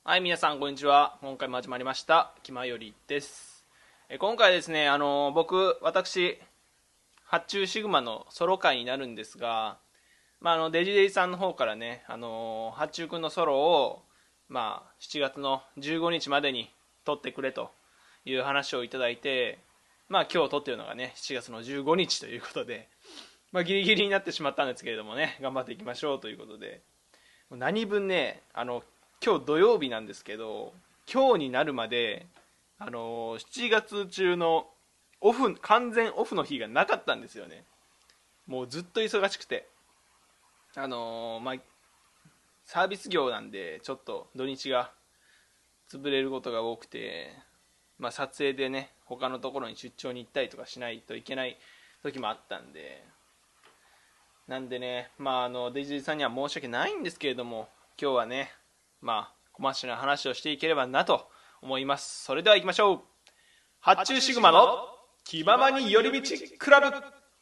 はい、皆さんこんにちは。今回も始まりました気まよりです。今回ですね、私発注シグマのソロ回になるんですが、デジデイさんの方からね、発注くんのソロを7月の15日までに撮ってくれという話をいただいて、今日撮ってるのがね7月の15日ということで、ギリギリになってしまったんですけれどもね、頑張っていきましょうということで、何分ね、今日土曜日なんですけど、今日になるまで、7月中の完全オフの日がなかったんですよね。もうずっと忙しくて、サービス業なんでちょっと土日が潰れることが多くて、撮影でね他のところに出張に行ったりとかしないといけない時もあったんで、ね、デジデイさんには申し訳ないんですけれども、今日はね小回しな話をしていければなと思います。それでは行きましょう。発注シグマの気ままに寄り道クラブ。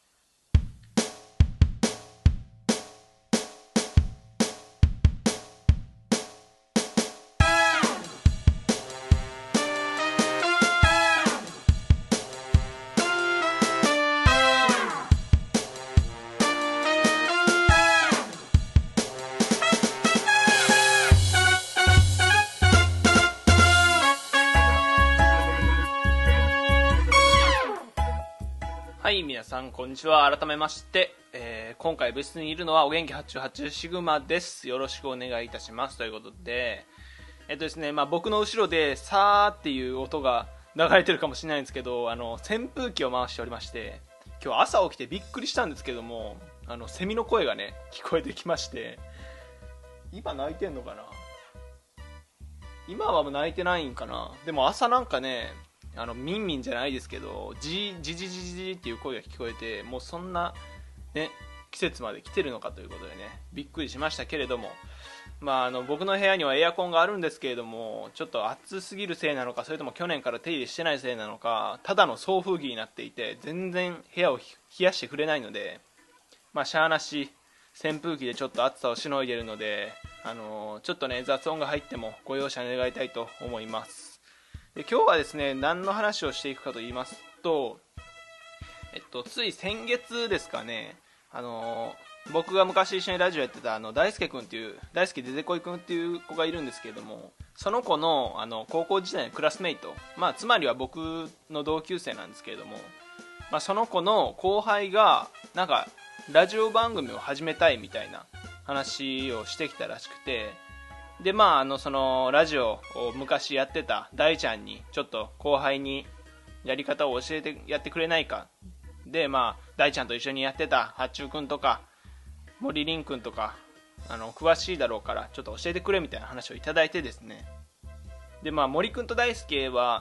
はい、皆さんこんにちは。改めまして、今回別室にいるのはお元気発注シグマです。よろしくお願いいたしますということで、ですね、僕の後ろでさーっていう音が流れてるかもしれないんですけど、扇風機を回しておりまして、今日朝起きてびっくりしたんですけども、セミの声がね聞こえてきまして、今鳴いてんのかな。今はもう鳴いてないんかな。でも朝なんかね、ミンミンじゃないですけど、ジジジジジっていう声が聞こえて、もうそんなね季節まで来てるのかということでね、びっくりしましたけれども、僕の部屋にはエアコンがあるんですけれども、ちょっと暑すぎるせいなのか、それとも去年から手入れしてないせいなのか、ただの送風機になっていて全然部屋を冷やしてくれないので、しゃーなし扇風機でちょっと暑さをしのいでいるので、ちょっとね雑音が入ってもご容赦願いたいと思います。で、今日はですね、何の話をしていくかと言いますと、つい先月ですかね、僕が昔一緒にラジオやってた大輔くんっていう、大輔デゼコイくんっていう子がいるんですけれども、その子の高校時代のクラスメイト、つまりは僕の同級生なんですけれども、その子の後輩がなんかラジオ番組を始めたいみたいな話をしてきたらしくて、でそのラジオを昔やってた大ちゃんにちょっと後輩にやり方を教えてやってくれないかで、大ちゃんと一緒にやってた八中くんとか森凛くんとか詳しいだろうからちょっと教えてくれみたいな話をいただいてですね、で森くんと大輔は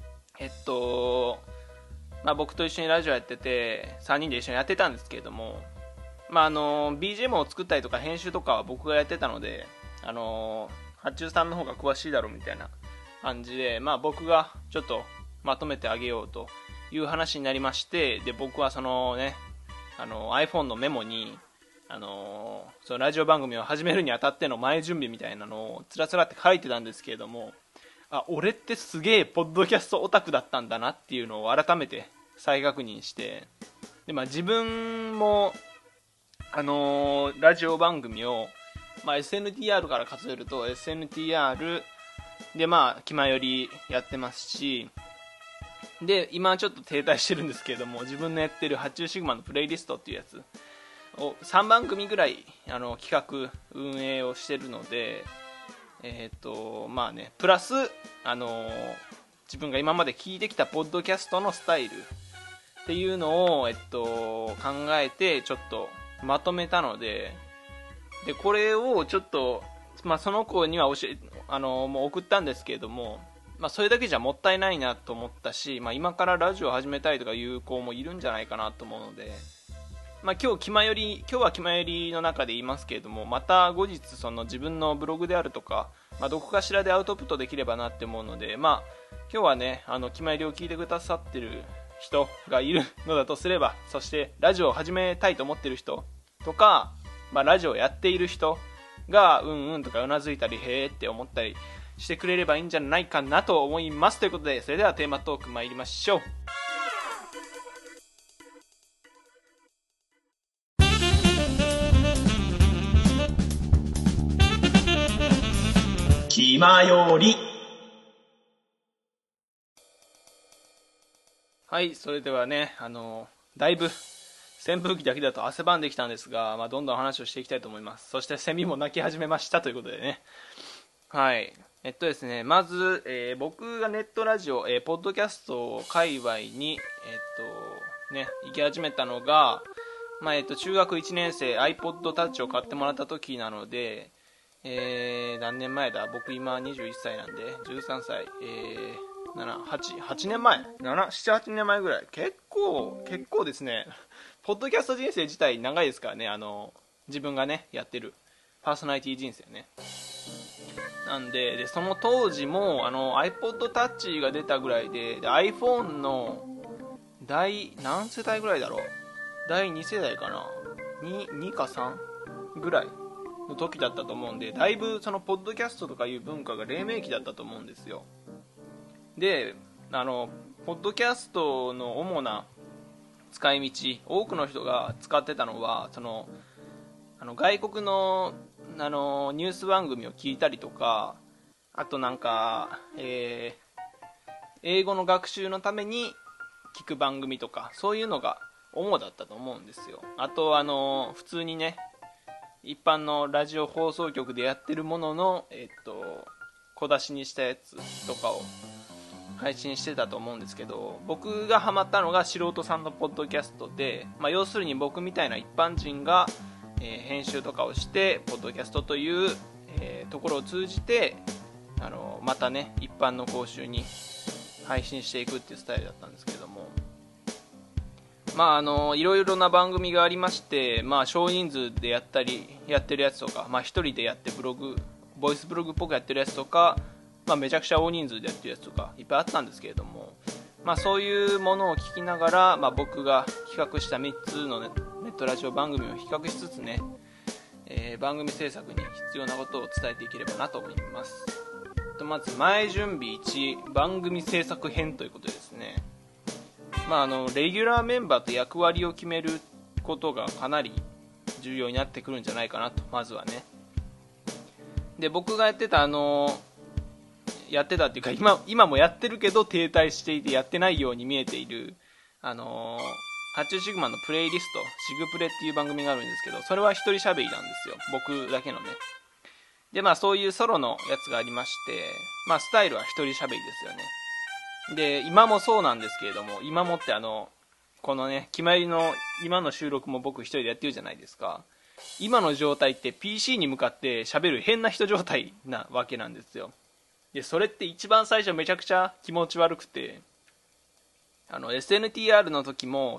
僕と一緒にラジオやってて3人で一緒にやってたんですけれども、BGM を作ったりとか編集とかは僕がやってたので、発注さんの方が詳しいだろうみたいな感じで、僕がちょっとまとめてあげようという話になりまして、で僕はそのねiPhone のメモにそのラジオ番組を始めるにあたっての前準備みたいなのをつらつらって書いてたんですけれども、俺ってすげえポッドキャストオタクだったんだなっていうのを改めて再確認して、で、自分もラジオ番組をSNTR から数えると SNTR で気まよりやってますし、で今ちょっと停滞してるんですけれども、自分のやってる発注シグマのプレイリストっていうやつを3番組ぐらい企画運営をしてるので、プラス自分が今まで聞いてきたポッドキャストのスタイルっていうのを考えてちょっとまとめたので、これをちょっと、その子にはもう送ったんですけれども、それだけじゃもったいないなと思ったし、今からラジオを始めたいとかいう子もいるんじゃないかなと思うので、今日は気まよりの中で言いますけれども、また後日その自分のブログであるとか、どこかしらでアウトプットできればなって思うので、今日はね気まよりを聞いてくださってる人がいるのだとすれば、そしてラジオを始めたいと思ってる人とか、ラジオをやっている人がうんうんとかうなずいたりへーって思ったりしてくれればいいんじゃないかなと思います。ということで、それではテーマトーク参りましょう。 気まより。 はい、それではね、だいぶ扇風機だけだと汗ばんできたんですが、どんどん話をしていきたいと思います。そしてセミも鳴き始めましたということでね。はい。ですね、まず、僕がネットラジオ、ポッドキャスト界隈に、行き始めたのが、中学1年生 iPod Touch を買ってもらった時なので、何年前だ、僕今21歳なんで、13歳、8年前 ?7、8年前ぐらい。結構ですね。ポッドキャスト人生自体長いですからね、自分がね、やってるパーソナリティ人生ね。なんで、その当時もiPod Touch が出たぐらいで、iPhone の何世代ぐらいだろう、第2世代かな、2か3ぐらいの時だったと思うんで、だいぶそのポッドキャストとかいう文化が黎明期だったと思うんですよ。で、ポッドキャストの主な使い道、多くの人が使ってたのは、外国のニュース番組を聞いたりとか、あと英語の学習のために聞く番組とか、そういうのが主だったと思うんですよ。あと普通にね、一般のラジオ放送局でやってるものの小出しにしたやつとかを配信してたと思うんですけど、僕がハマったのが素人さんのポッドキャストで、要するに僕みたいな一般人が編集とかをしてポッドキャストという、ところを通じてまたね、一般の公衆に配信していくっていうスタイルだったんですけども、いろいろな番組がありまして、少人数でやってるやつとか、一人でやってボイスブログっぽくやってるやつとか、めちゃくちゃ大人数でやってるやつとかいっぱいあったんですけれども、そういうものを聞きながら、僕が企画した3つのネットラジオ番組を比較しつつね、番組制作に必要なことを伝えていければなと思います。まず前準備1、番組制作編ということでですね、レギュラーメンバーと役割を決めることがかなり重要になってくるんじゃないかなと。まずはね、で僕がやってたっていうか、今もやってるけど停滞していてやってないように見えている発注シグマのプレイリスト、シグプレっていう番組があるんですけど、それは一人喋りなんですよ、僕だけのね。でそういうソロのやつがありまして、スタイルは一人喋りですよね。で今もそうなんですけれども、今もってこのね、決まりの今の収録も僕一人でやってるじゃないですか。今の状態って PC に向かって喋る変な人状態なわけなんですよ。でそれって一番最初めちゃくちゃ気持ち悪くて、SNTR の時も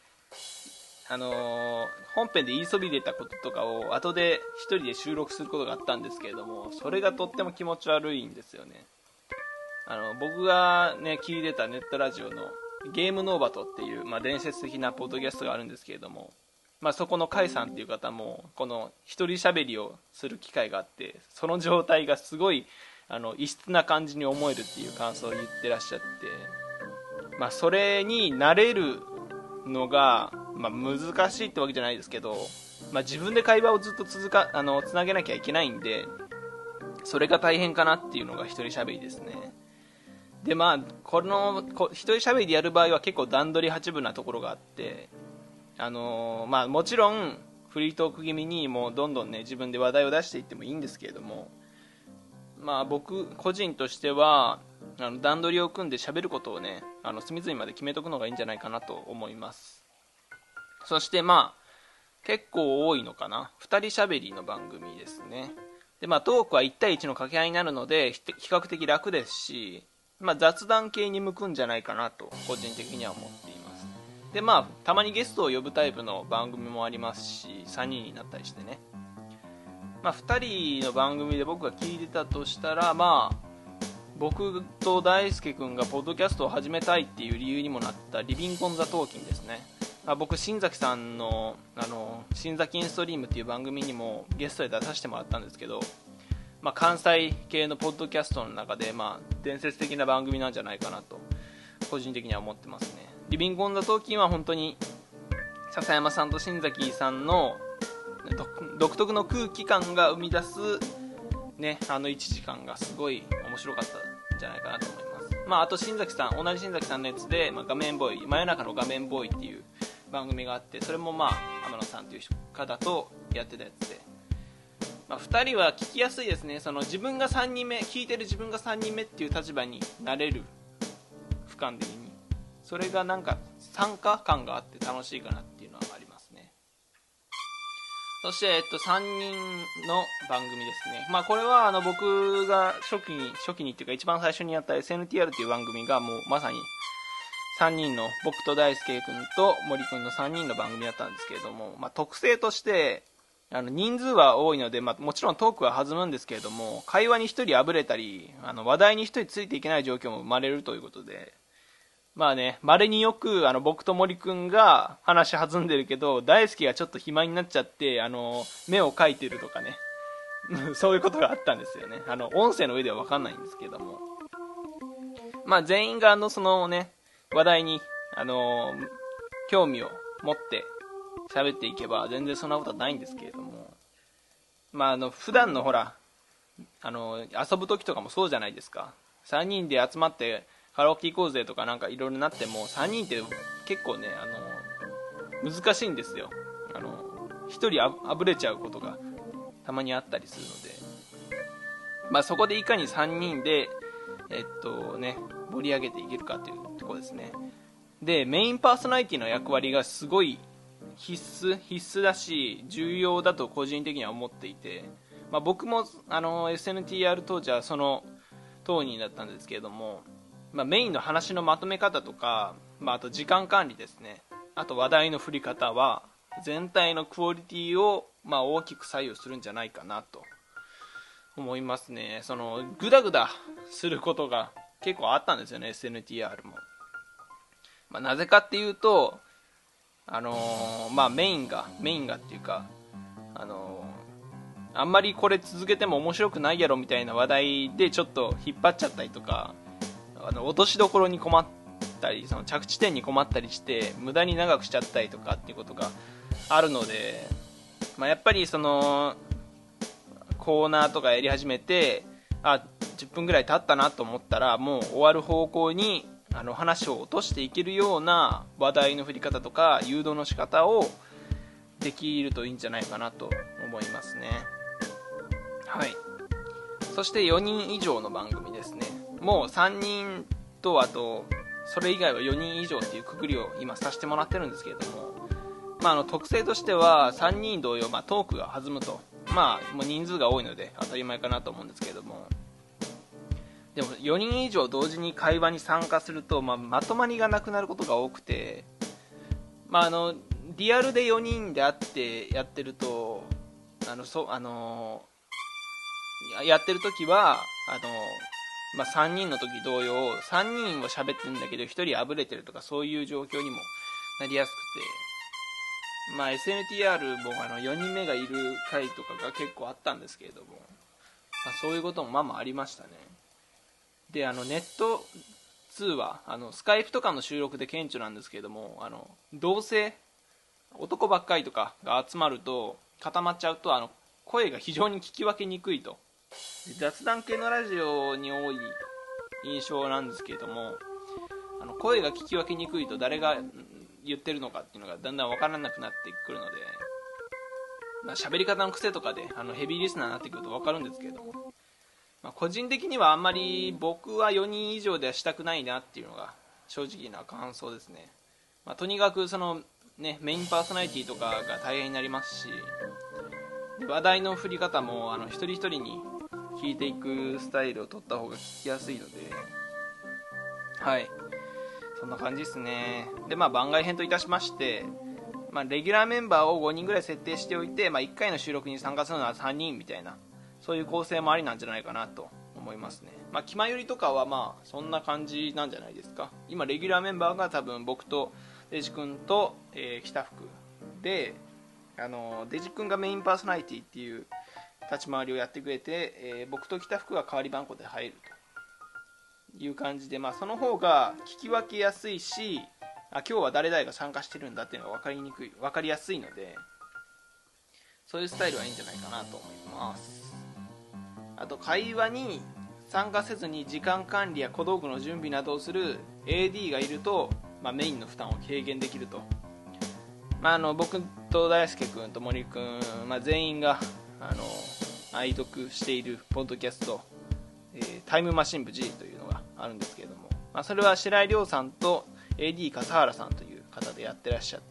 本編で言いそびれたこととかを後で一人で収録することがあったんですけれども、それがとっても気持ち悪いんですよね。僕がね聞いてたネットラジオのゲームノーバトっていう、伝説的なポッドキャストがあるんですけれども、そこのカイさんっていう方もこの一人喋りをする機会があって、その状態がすごい異質な感じに思えるっていう感想を言ってらっしゃって、それに慣れるのが、難しいってわけじゃないですけど、自分で会話をずっとつなげなきゃいけないんで、それが大変かなっていうのが一人喋りですね。でこの一人喋りでやる場合は結構段取り八分なところがあって、もちろんフリートーク気味にもうどんどんね自分で話題を出していってもいいんですけれども、僕個人としては段取りを組んで喋ることをね隅々まで決めとくのがいいんじゃないかなと思います。そして結構多いのかな、2人喋りの番組ですね。でトークは1対1の掛け合いになるので比較的楽ですし、雑談系に向くんじゃないかなと個人的には思っています。でたまにゲストを呼ぶタイプの番組もありますし、3人になったりしてね、2人の番組で僕が聞いてたとしたら、僕と大輔君がポッドキャストを始めたいっていう理由にもなったリビングオンザトーキンですね。僕新崎さんの新崎インストリームっていう番組にもゲストで出させてもらったんですけど、 関西系のポッドキャストの中で、伝説的な番組なんじゃないかなと個人的には思ってますね。リビングオンザトーキンは本当に笹山さんと新崎さんの独特の空気感が生み出す、1時間がすごい面白かったんじゃないかなと思います。あと同じ新崎さんのやつで、画面ボーイ、真夜中の画面ボーイっていう番組があって、それも天野さんという方とやってたやつで、2人は聞きやすいですね。自分が3人目、聞いてる自分が3人目っていう立場になれる、俯瞰的にそれがなんか参加感があって楽しいかなっていうのはありますね。そして、3人の番組ですね。これは僕が初期にっていうか一番最初にやった SNTR っていう番組がもうまさに3人の、僕と大輔君と森君の3人の番組だったんですけれども、特性として人数は多いので、もちろんトークは弾むんですけれども、会話に1人あぶれたり話題に1人ついていけない状況も生まれるということで、稀によく僕と森くんが話弾んでるけど大輔がちょっと暇になっちゃって目を描いてるとかねそういうことがあったんですよね。音声の上では分かんないんですけども、全員がそのね話題に興味を持って喋っていけば全然そんなことはないんですけれども、普段のほら遊ぶ時とかもそうじゃないですか。3人で集まってカラオケ行こうぜとかなんかいろいろなっても3人って結構ね難しいんですよ。1人あぶれちゃうことがたまにあったりするので、そこでいかに3人で盛り上げていけるかっていうところですね。でメインパーソナリティの役割がすごい必須だし重要だと個人的には思っていて、僕もSNTR 当時はその当人だったんですけれども、メインの話のまとめ方とか、あと時間管理ですね、あと話題の振り方は全体のクオリティを大きく左右するんじゃないかなと思いますね。グダグダすることが結構あったんですよね、 SNTR も。なぜかっていうとメインがっていうかあんまりこれ続けても面白くないやろみたいな話題でちょっと引っ張っちゃったりとか、落としどころに困ったり着地点に困ったりして無駄に長くしちゃったりとかっていうことがあるので、やっぱりコーナーとかやり始めて10分ぐらい経ったなと思ったらもう終わる方向に話を落としていけるような話題の振り方とか誘導の仕方をできるといいんじゃないかなと思いますね。はい。そして4人以上の番組ですね。もう3人とあとそれ以外は4人以上っていうくくりを今させてもらってるんですけれども、特性としては3人同様、トークが弾むと、もう人数が多いので当たり前かなと思うんですけれども、でも4人以上同時に会話に参加すると、まとまりがなくなることが多くて、リアルで4人で会ってやってるとやってる時は3人の時同様3人を喋ってるんだけど1人あぶれてるとかそういう状況にもなりやすくて、SNTR も4人目がいる回とかが結構あったんですけれども、そういうこともありましたね。でネット通話スカイプとかの収録で顕著なんですけれども、同性男ばっかりとかが集まると固まっちゃうと声が非常に聞き分けにくいと。雑談系のラジオに多い印象なんですけれども、声が聞き分けにくいと誰が言ってるのかっていうのがだんだん分からなくなってくるので、喋り方の癖とかでヘビーリスナーになってくると分かるんですけれども、個人的にはあんまり僕は4人以上ではしたくないなっていうのが正直な感想ですね。とにかくメインパーソナリティとかが大変になりますし、話題の振り方も一人一人に聞いていくスタイルを取った方が聞きやすいので、はい、そんな感じですね。で番外編といたしまして、レギュラーメンバーを5人ぐらい設定しておいて、1回の収録に参加するのは3人みたいな、そういう構成もありなんじゃないかなと思いますね。気まよりとかはそんな感じなんじゃないですか。今レギュラーメンバーが多分僕とデジ君と、北福で、デジ君がメインパーソナリティっていう立ち回りをやってくれて、僕と北福が代わり番号で入るという感じで、その方が聞き分けやすいし、今日は誰々が参加してるんだっていうのが分かりやすいので、そういうスタイルはいいんじゃないかなと思います。あと会話に参加せずに時間管理や小道具の準備などをする AD がいると、メインの負担を軽減できると。僕と大輔君と森君、全員が愛読しているポッドキャスト、タイムマシン部 G というのがあるんですけれども、それは白井亮さんと AD 笠原さんという方でやってらっしゃって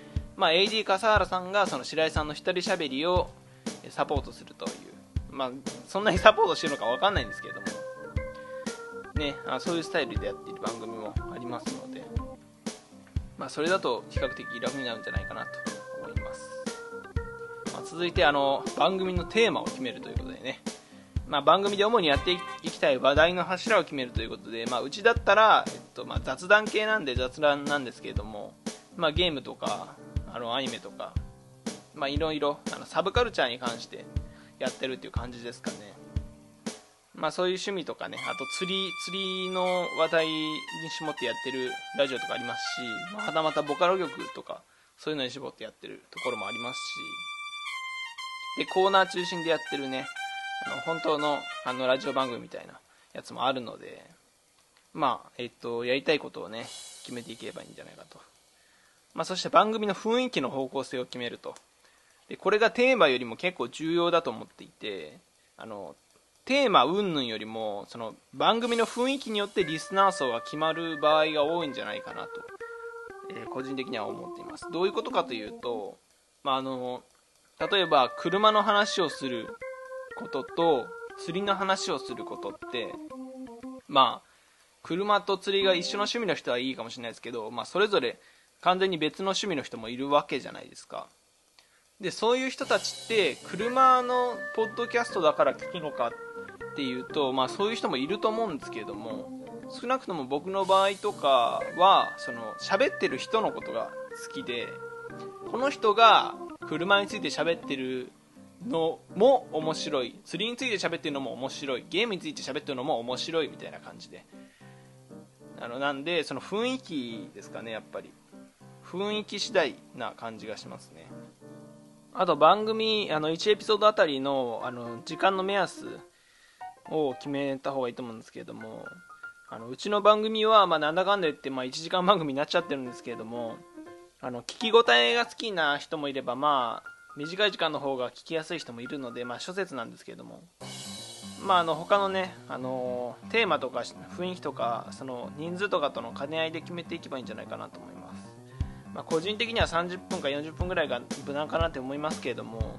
、AD 笠原さんがその白井さんの一人喋りをサポートするという、そんなにサポートしてるのか分かんないんですけれどもね、そういうスタイルでやっている番組もありますので、それだと比較的楽になるんじゃないかなと思います。続いて番組のテーマを決めるということでね、番組で主にやっていきたい話題の柱を決めるということで、うちだったら、雑談系なんで雑談なんですけれども、ゲームとかアニメとか、いろいろサブカルチャーに関してやってるっていう感じですかね。そういう趣味とかね、あと釣りの話題に絞ってやってるラジオとかありますし、はたまたボカロ曲とかそういうのに絞ってやってるところもありますし、でコーナー中心でやってるね、本当のラジオ番組みたいなやつもあるので、やりたいことをね決めていければいいんじゃないかと。そして番組の雰囲気の方向性を決めると。でこれがテーマよりも結構重要だと思っていて、テーマ云々よりもその番組の雰囲気によってリスナー層が決まる場合が多いんじゃないかなと、個人的には思っています。どういうことかというと、例えば車の話をすることと釣りの話をすることって、車と釣りが一緒の趣味の人はいいかもしれないですけど、それぞれ完全に別の趣味の人もいるわけじゃないですか。でそういう人たちって車のポッドキャストだから聞くのかっていうと、そういう人もいると思うんですけれども、少なくとも僕の場合とかはその喋ってる人のことが好きで、この人が車について喋ってるのも面白い、釣りについて喋ってるのも面白い、ゲームについて喋ってるのも面白いみたいな感じで、なんでその雰囲気ですかね。やっぱり雰囲気次第な感じがしますね。あと番組1エピソードあたりの時間の目安を決めた方がいいと思うんですけれども、うちの番組はなんだかんだ言って1時間番組になっちゃってるんですけれども、聞き応えが好きな人もいれば、短い時間の方が聞きやすい人もいるので、諸説なんですけれども、他のね、テーマとか雰囲気とかその人数とかとの兼ね合いで決めていけばいいんじゃないかなと思います。個人的には30分か40分ぐらいが無難かなって思いますけれども、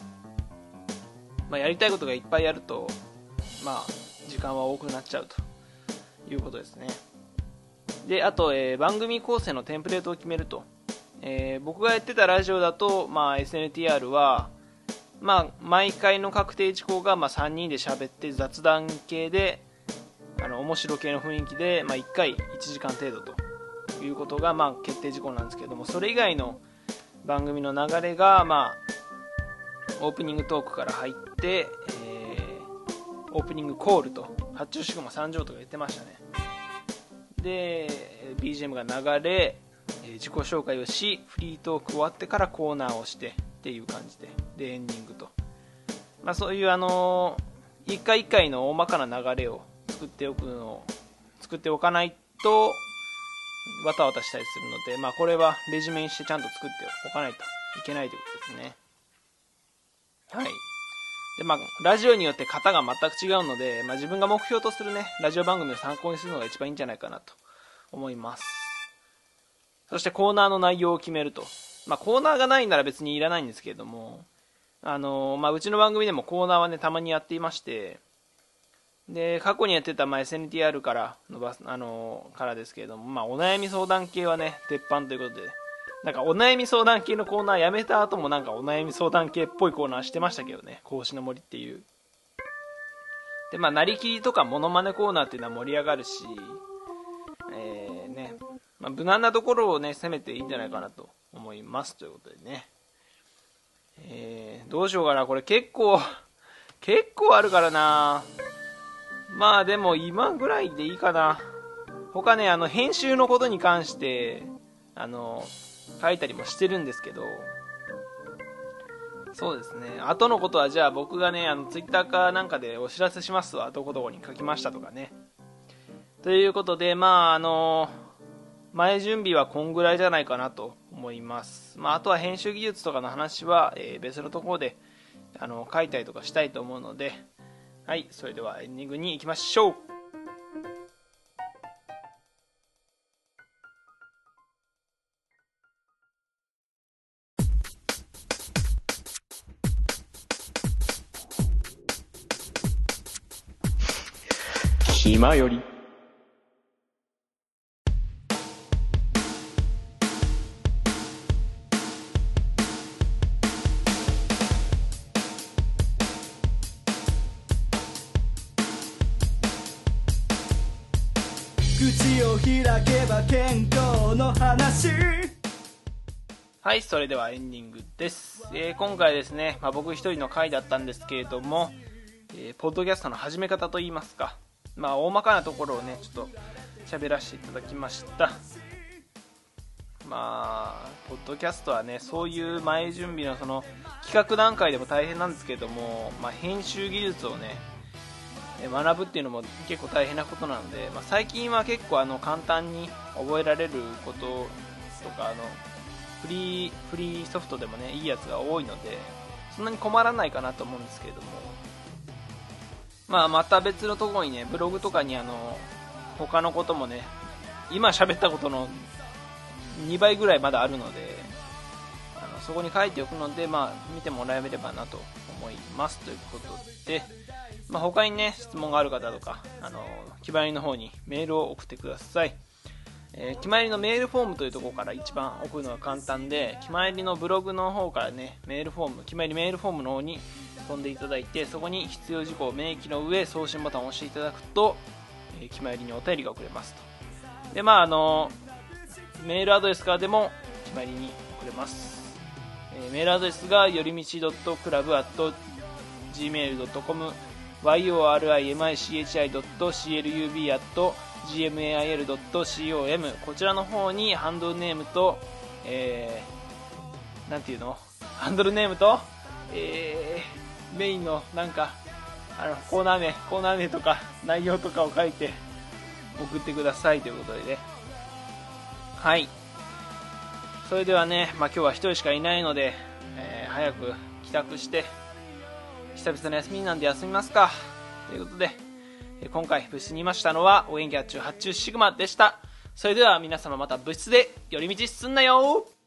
やりたいことがいっぱいあると、時間は多くなっちゃうということですね。であと、番組構成のテンプレートを決めると。僕がやってたラジオだと、SNTR は、毎回の確定事項が3人で喋って雑談系で面白系の雰囲気で、1回1時間程度ということが決定事項なんですけれども、それ以外の番組の流れが、オープニングトークから入って、オープニングコールと発注シグマ参上とか言ってましたね。で BGM が流れ、自己紹介をし、フリートーク終わってからコーナーをしてっていう感じでエンディングと、そういう一回一回の大まかな流れを作っておかないとわたわたしたりするので、これはレジュメにしてちゃんと作っておかないといけないということですね。はい。でラジオによって型が全く違うので、自分が目標とするねラジオ番組を参考にするのが一番いいんじゃないかなと思います。そしてコーナーの内容を決めると。コーナーがないなら別にいらないんですけれども、うちの番組でもコーナーはねたまにやっていまして、で過去にやってたSNTR からからですけれども、お悩み相談系はね鉄板ということで、お悩み相談系のコーナーやめた後もお悩み相談系っぽいコーナーしてましたけどね、孔子の森っていう。でなりきりとかモノマネコーナーっていうのは盛り上がるし、無難なところをね攻めていいんじゃないかなと思いますということでね、どうしようかな。これ結構結構あるからな。まあでも今ぐらいでいいかな。他ね、編集のことに関して書いたりもしてるんですけど、そうですね、後のことはじゃあ僕がねツイッターかなんかでお知らせしますわ、どこどこに書きましたとかね。ということで、まあ前準備はこんぐらいじゃないかなと思います。まあ、あとは編集技術とかの話は、別のところで書いたりとかしたいと思うので、はい、それではエンディングに行きましょう。暇より口を開けば健康の話。 はい、それではエンディングです。今回ですね、僕一人の回だったんですけれども、ポッドキャストの始め方といいますか、大まかなところをねちょっと喋らせていただきました。ポッドキャストはね、そういう前準備のその企画段階でも大変なんですけれども、編集技術をね学ぶっていうのも結構大変なことなので、最近は結構簡単に覚えられることとかフリーソフトでもねいいやつが多いので、そんなに困らないかなと思うんですけれども、また別のところにね、ブログとかに他のこともね、今喋ったことの2倍ぐらいまだあるので、そこに書いておくので、見てもらえればなと思いますということで、他にね質問がある方とか決まりの方にメールを送ってください。決まりのメールフォームというところから一番送るのが簡単で、決まりのブログの方からねメールフォーム、決まりメールフォームの方に飛んでいただいて、そこに必要事項を明記の上送信ボタンを押していただくと、決まりにお便りが送れますと。でメールアドレスからでも決まりに送れます。メールアドレスがよりみち .club@gmail.com yorimichi.club@gmail.com こちらの方にハンドルネームと、なんていうの、ハンドルネームと、メインのなんかコーナー名とか内容とかを書いて送ってくださいということでね。はい、それではね、今日は一人しかいないので、早く帰宅して久々の休みなんで休みますかということで、今回部室にいましたのはお元気発注発注シグマでした。それでは皆様また部室で寄り道すんなよ。